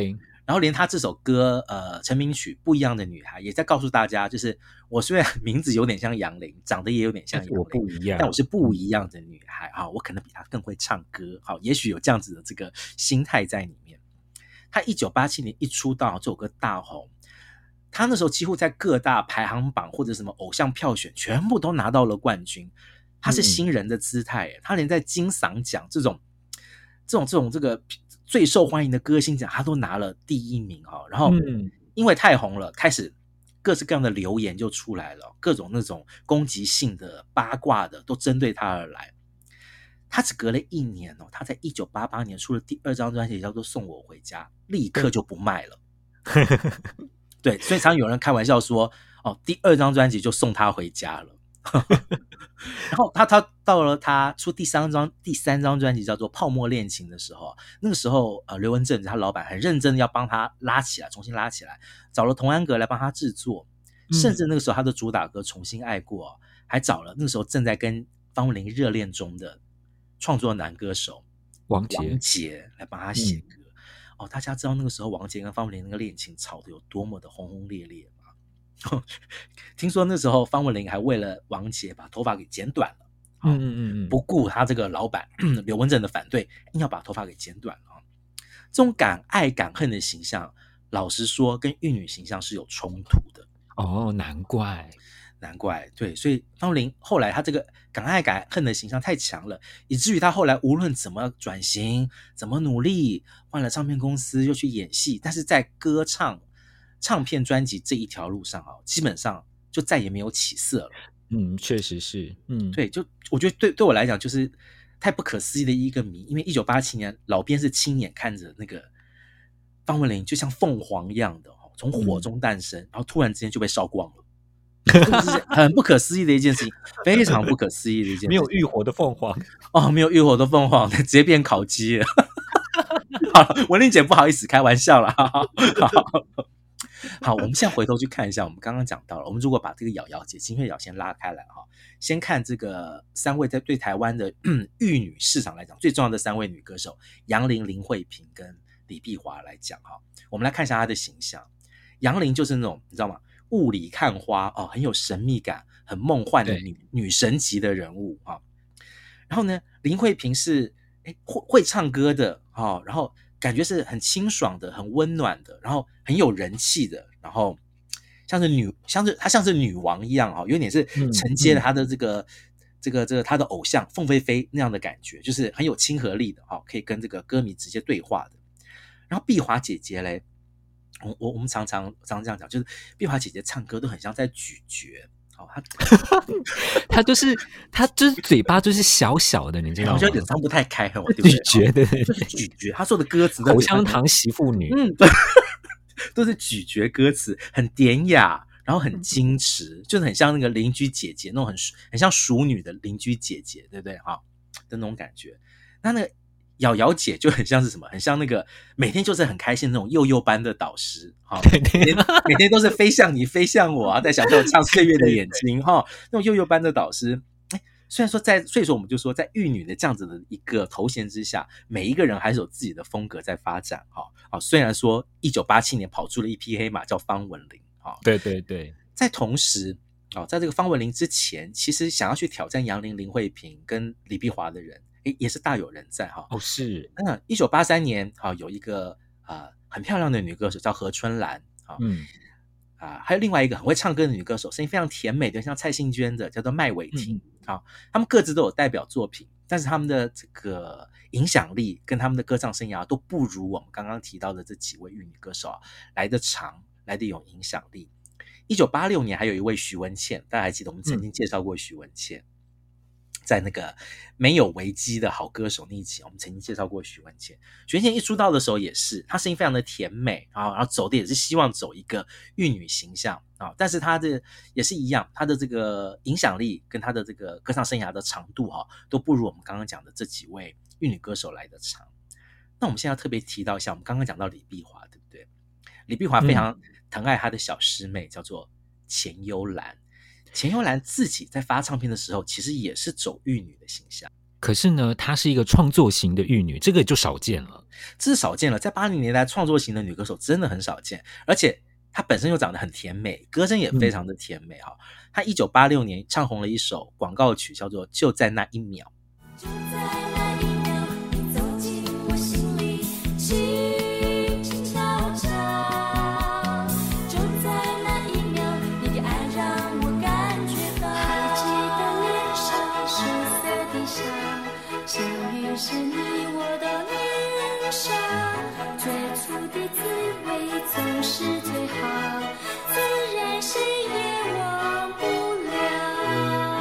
然后连他这首歌呃成名曲《不一样的女孩》也在告诉大家，就是我虽然名字有点像杨林，长得也有点像杨林， 我不一样， 但我是不一样的女孩啊，我可能比她更会唱歌，好，也许有这样子的这个心态在里面。他一九八七年一出道，这首歌大红，他那时候几乎在各大排行榜或者什么偶像票选全部都拿到了冠军。他是新人的姿态、嗯、他连在金嗓奖这种这种这种这个最受欢迎的歌星奖他都拿了第一名、哦、然后因为太红了，开始各式各样的留言就出来了，各种那种攻击性的八卦的都针对他而来。他只隔了一年哦，他在一九八八年出了第二张专辑叫做《送我回家》，立刻就不卖了。对，所以常有人开玩笑说，哦，第二张专辑就送他回家了。然后他他到了他出第三张第三张专辑叫做《泡沫恋情》的时候，那个时候呃刘文正他老板很认真的要帮他拉起来，重新拉起来，找了童安格来帮他制作，甚至那个时候他的主打歌《重新爱过》还找了那个时候正在跟方文琳热恋中的创作男歌手王杰王杰来帮他写歌、嗯、哦，大家知道那个时候王杰跟方文琳那个恋情吵得有多么的轰轰烈烈吗？听说那时候方文琳还为了王杰把头发给剪短了，嗯嗯嗯，不顾他这个老板刘文正的反对，硬要把头发给剪短了。这种敢爱敢恨的形象，老实说跟玉女形象是有冲突的。 哦，难怪难怪，对，所以方文琳后来他这个敢爱敢恨的形象太强了，以至于他后来无论怎么转型，怎么努力，换了唱片公司又去演戏，但是在歌唱唱片专辑这一条路上啊，基本上就再也没有起色了。 嗯，确实是，嗯， 对，就我觉得对对我来讲就是太不可思议的一个谜，因为一九八七年老编是亲眼看着那个方文琳就像凤凰一样的从火中诞生、嗯、然后突然之间就被烧光了。这是很不可思议的一件事情，非常不可思议的一件事情。 没有浴火的凤凰哦，没有浴火的凤凰，直接变烤鸡了。好，文琳姐不好意思，开玩笑啦。好，好，我们现在回头去看一下，我们刚刚讲到了，我们如果把这个瑶瑶姐金月瑶先拉开来哈，先看这个三位在对台湾的玉女市场来讲最重要的三位女歌手杨林、林慧萍跟李碧华来讲哈，我们来看一下她的形象。杨林就是那种你知道吗？雾里看花哦，很有神秘感，很梦幻的 女, 女神级的人物啊。然后呢，林慧萍是诶 会, 会唱歌的、哦、然后感觉是很清爽的，很温暖的，然后很有人气的，然后像是女，像是她像是女王一样、哦、有点是承接了她的这个、嗯嗯、这个这个她的偶像凤飞飞那样的感觉，就是很有亲和力的、哦、可以跟这个歌迷直接对话的。然后碧华姐姐嘞。我我我们常常常常这样讲，就是碧华姐姐唱歌都很像在咀嚼，哦，她她就是她就是嘴巴就是小小的，你知道吗？ 好像有点张不太开，对不对？咀嚼的， 就是咀嚼。她说的歌词， 口香糖媳妇女， 嗯，对，都是咀嚼歌词，很典雅，然后很矜持，就是很像那个邻居姐姐那种很很像淑女的邻居姐姐，对不对？哈、哦，的那种感觉。那那个。瑶瑶姐就很像是什么，很像那个每天就是很开心那种幼幼班的导师、哦、每, 天每天都是飞向你飞向我啊，带小朋友唱岁月的眼睛、哦、那种幼幼班的导师。虽然说在，所以说我们就说在玉女的这样子的一个头衔之下，每一个人还是有自己的风格在发展、哦哦、虽然说一九八七年跑出了一匹黑马叫方文琳、哦、 对对对， 在同时、哦、在这个方文琳之前，其实想要去挑战杨林、林慧萍跟李碧华的人也是大有人在哈。 哦，是。 那一九八三年啊，有一个呃很漂亮的女歌手叫何春兰啊，嗯啊，还有另外一个很会唱歌的女歌手，声音非常甜美的，像蔡幸娟的，叫做麦伟婷啊、嗯。他们各自都有代表作品，但是他们的这个影响力跟他们的歌唱生涯都不如我们刚刚提到的这几位玉女歌手、啊、来得长，来得有影响力。一九八六年还有一位徐文倩，大家还记得我们曾经介绍过徐文倩。嗯，在那个没有危机的好歌手那一集，我们曾经介绍过许文倩。许文倩一出道的时候也是，她声音非常的甜美，然后然后走的也是希望走一个玉女形象啊，但是她的也是一样，她的这个影响力跟她的这个歌唱生涯的长度哈、啊，都不如我们刚刚讲的这几位玉女歌手来的长。那我们现在要特别提到一下，我们刚刚讲到李碧华，对不对？李碧华非常疼爱她的小师妹，叫做钱幽兰。钱幽兰自己在发唱片的时候，其实也是走玉女的形象。 可是呢，她是一个创作型的玉女，这个就少见了。 这是少见了，在八零年代创作型的女歌手真的很少见，而且她本身又长得很甜美，歌声也非常的甜美哈。她一九八六年唱红了一首广告曲，叫做《就在那一秒》。 就在那一秒，你走进我心里，轻轻悄悄。就在那一秒，你的爱让我感觉到。还记得脸上羞涩的笑，相遇时你我的年少，最初的滋味总是最好，自然谁也忘不了。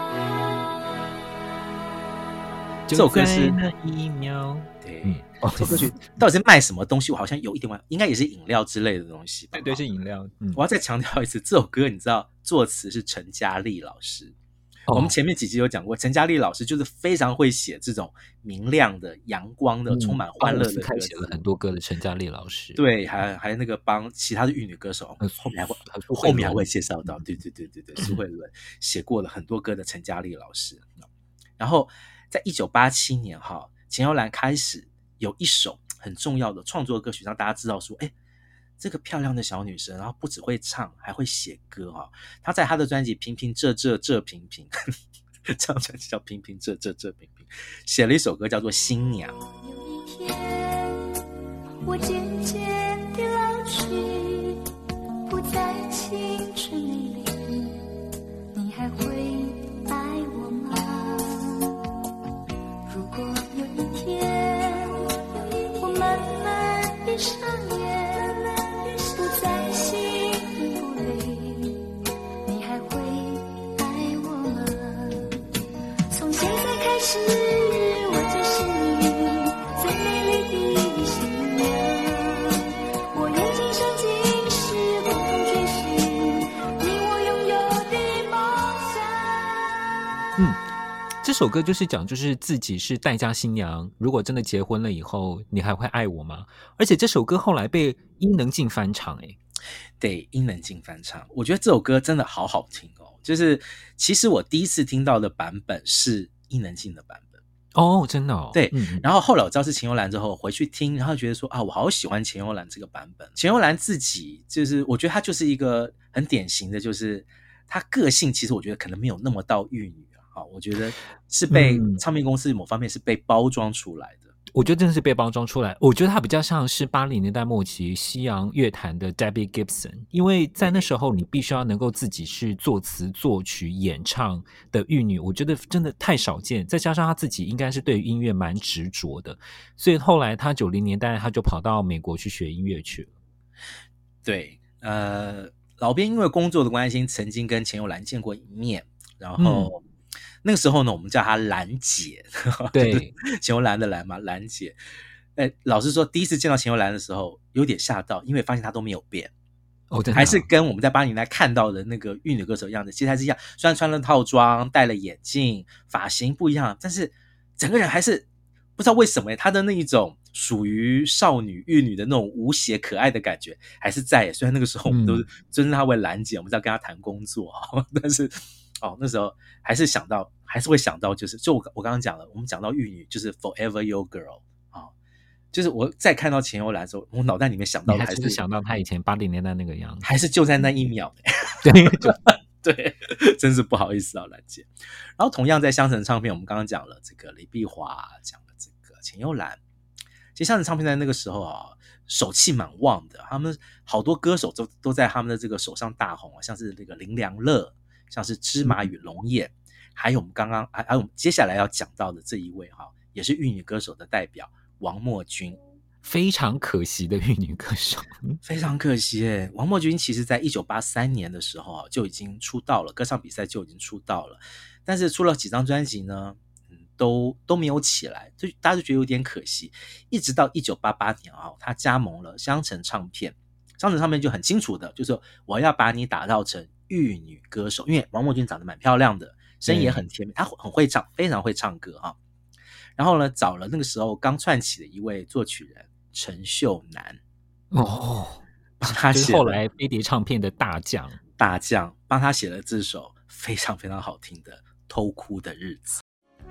这首歌是就在那一秒， 对， 嗯， 这首歌曲到底是卖什么东西？我好像有一点忘，应该也是饮料之类的东西吧？ 对对，是饮料。嗯， 我要再强调一次，这首歌你知道作词是陈嘉丽老师。 哦我们前面几集有讲过，陈嘉丽老师就是非常会写这种明亮的、阳光的、 嗯充满欢乐的歌帮伍思凯写了词。 很多歌的陈嘉丽老师。 对，还还那个帮其他的玉女歌手， 呃后面还会还有苏慧伦后面还会介绍到，对对对对对，苏慧伦写过了很多歌的陈嘉丽老师。然后在一九八七年哈，钱幽兰开始有一首很重要的创作歌曲，让大家知道说，哎，这个漂亮的小女生，然后不只会唱，还会写歌哈。她在她的专辑《平平这这这平平》这张专辑叫《平平这这这平平》，写了一首歌叫做《新娘》。 有一天，我渐渐地老去，不再青春美丽，你还会爱我吗？如果有一天，我慢慢闭上眼，不再心不累，你还会爱我吗？从现在开始，我就是你最美丽的新娘。我愿今生今世共同追寻你我拥有的梦想。 嗯，这首歌就是讲，就是自己是待嫁新娘，如果真的结婚了以后，你还会爱我吗？而且这首歌后来被伊能静翻唱、欸， 对，伊能静翻唱，我觉得这首歌真的好好听哦。就是其实我第一次听到的版本是伊能静的版本， 哦，真的哦， 对。 嗯， 然后后来我知道是钱幽兰之后，回去听，然后觉得说啊，我好喜欢钱幽兰这个版本。钱幽兰自己就是，我觉得她就是一个很典型的，就是她个性其实我觉得可能没有那么到玉女啊，我觉得是被嗯唱片公司某方面是被包装出来的。 我觉得真的是被包装出来。我觉得他比较像是八零年代末期西洋乐坛的 Debbie Gibson， 因为在那时候你必须要能够自己是作词、作曲、演唱的玉女，我觉得真的太少见。再加上他自己应该是对于音乐蛮执着的，所以后来他九零年代他就跑到美国去学音乐去了。 对，呃，老编因为工作的关系，曾经跟钱幽兰见过一面，然后。嗯那个时候呢，我们叫她兰姐， 对， 钱幽兰的兰嘛，兰姐。哎，老实说，第一次见到钱幽兰的时候，有点吓到，因为发现她都没有变， 哦，真的啊， 还是跟我们在八零年代看到的那个玉女歌手一样的，其实还是一样，虽然穿了套装，戴了眼镜，发型不一样，但是整个人还是不知道为什么，她的那一种属于少女玉女的那种无邪可爱的感觉还是在。虽然那个时候我们都是尊称她为兰姐，我们是要跟她谈工作，但是。哦，那时候还是想到，还是会想到，就是就我我刚刚讲了，我们讲到玉女就是 Forever Your Girl 啊、哦，就是我再看到钱幽兰的时候，我脑袋里面想到的还是想到她以前八零年代那个样子， 还是就在那一秒、 欸， 对对，真是不好意思啊，兰姐。然后同样在香城唱片，我们刚刚讲了这个李碧华，讲了这个钱幽兰。其实香城唱片在那个时候啊，手气蛮旺的，他们好多歌手都都在他们的这个手上大红啊，像是那个林良乐。像是芝麻与龙眼，还有我们刚刚还还有我们接下来要讲到的这一位哈，也是玉女歌手的代表王墨君， 非常可惜的玉女歌手， 非常可惜耶。王墨君其实在一九八三年的时候就已经出道了，歌唱比赛就已经出道了，但是出了几张专辑呢，嗯，都都没有起来，就大家就觉得有点可惜。一直到一九八八年啊，他加盟了香城唱片，香城唱片就很清楚的，就是我要把你打造成玉女歌手，因为王墨君长得蛮漂亮的，声音也很甜美，她很会唱，非常会唱歌哈。然后呢，找了那个时候刚串起的一位作曲人陈秀楠， 哦， 帮他写了， 就是后来飞碟唱片的大将， 大将帮他写了这首非常非常好听的《偷哭的日子》。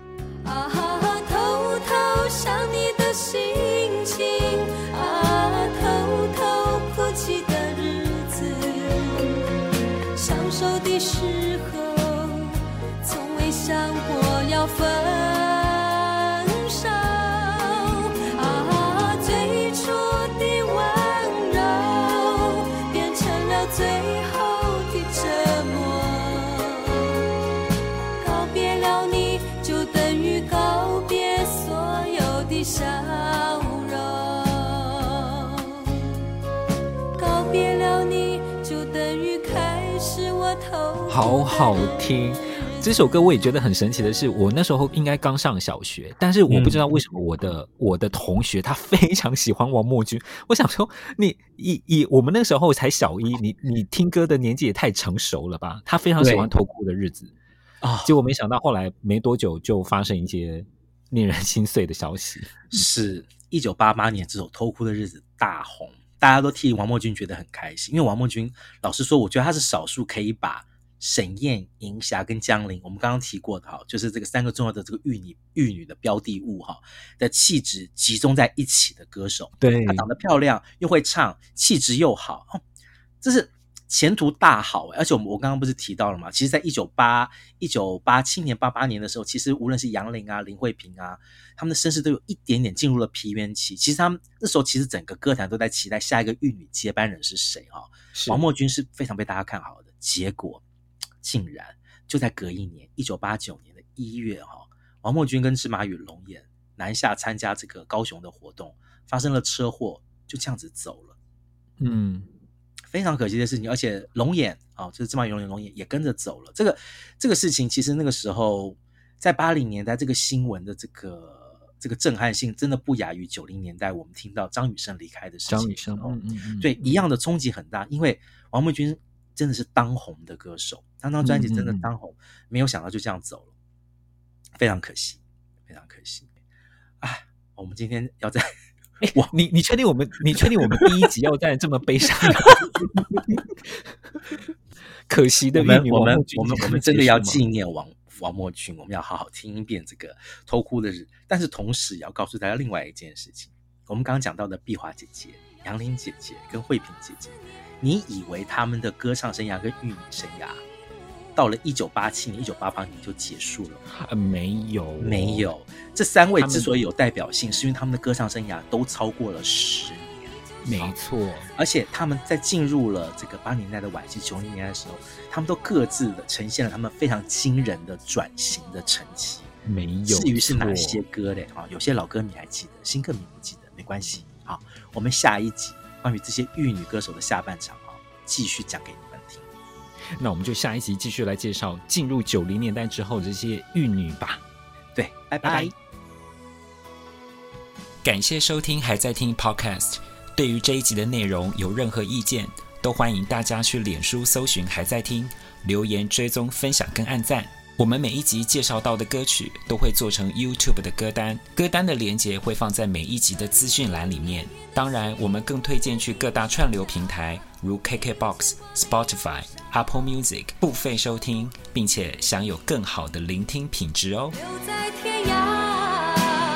啊，偷偷想你的心情，啊，偷偷哭泣的日子，相守的时候从未想过要分手，啊，最初的温柔变成了最后的折磨，告别了你就等于告别所有的笑容，告别了你就等于开始我头好好听。这首歌我也觉得很神奇的是，我那时候应该刚上小学，但是我不知道为什么我的、嗯、我的同学他非常喜欢王墨君。我想说，你以以我们那时候才小一，你你听歌的年纪也太成熟了吧？他非常喜欢偷哭的日子啊，结果没想到后来没多久就发生一些令人心碎的消息。 是一九八八年这首《偷哭的日子》大红，大家都替王墨君觉得很开心，因为王墨君老实说，我觉得他是少数可以把沈燕、银霞跟江玲，我们刚刚提过的哈，就是这个三个重要的这个玉女玉女的标的物哈的气质集中在一起的歌手。 对， 她长得漂亮，又会唱，气质又好，哦、这是前途大好。而且我们我刚刚不是提到了嘛，其实在一九八一九八七年、八八年的时候，其实无论是杨玲啊、林慧萍啊，他们的声势都有一点点进入了疲冤期。其实他们那时候其实整个歌坛都在期待下一个玉女接班人是谁哈。王墨君是非常被大家看好的，结果竟然就在隔一年一九八九年的一月哈，王墨君跟芝麻与龙眼南下参加这个高雄的活动，发生了车祸，就这样子走了。嗯，非常可惜的事情。而且龙眼啊、哦，就是芝麻与龙眼龙眼也跟着走了。这个这个事情其实那个时候在八零年代这个新闻的这个这个震撼性真的不亚于九零年代我们听到张雨生离开的事情。 张雨生，嗯嗯嗯， 对，一样的冲击很大，因为王墨君真的是当红的歌手，他那张专辑真的当红，嗯嗯嗯，没有想到就这样走了，非常可惜，非常可惜。哎，我们今天要在， 哇，你你确定我们你确定我们第一集要在这么悲伤的可惜的玉女我们王墨君， 我们我们我们真的要纪念王王墨君，我们要好好听一遍这个偷哭的日，但是同时也要告诉大家另外一件事情，我们刚刚讲到的碧华姐姐、杨玲姐姐跟慧萍姐姐。你以为他们的歌唱生涯跟玉女生涯到了一九八七年、一九八八年就结束了？ 呃、没有， 没有。这三位之所以有代表性，是因为他们的歌唱生涯都超过了十年。 没错， 而且他们在进入了这个八零年代的晚期、九零年代的时候，他们都各自的呈现了他们非常惊人的转型的成绩。 没有。 至于是哪些歌嘞？有些老歌迷还记得，新歌迷不记得，没关系。好，我们下一集关于这些玉女歌手的下半场啊，继续讲给你们听。 那我们就下一集继续来介绍进入九零年代之后的这些玉女吧。 对，拜拜。 感谢收听还在听 Podcast。对于这一集的内容有任何意见，都欢迎大家去脸书搜寻还在听，留言追踪分享跟按赞。我们每一集介绍到的歌曲都会做成 YouTube 的歌单，歌单的连结会放在每一集的资讯栏里面。当然，我们更推荐去各大串流平台如 K K B O X、Spotify、Apple Music 付费收听，并且享有更好的聆听品质哦。 留在天涯，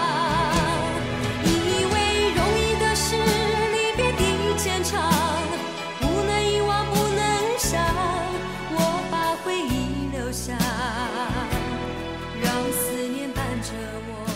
以为容易的事，离别的牵肠，不能遗忘，不能想，我把回忆留下，让思念伴着我。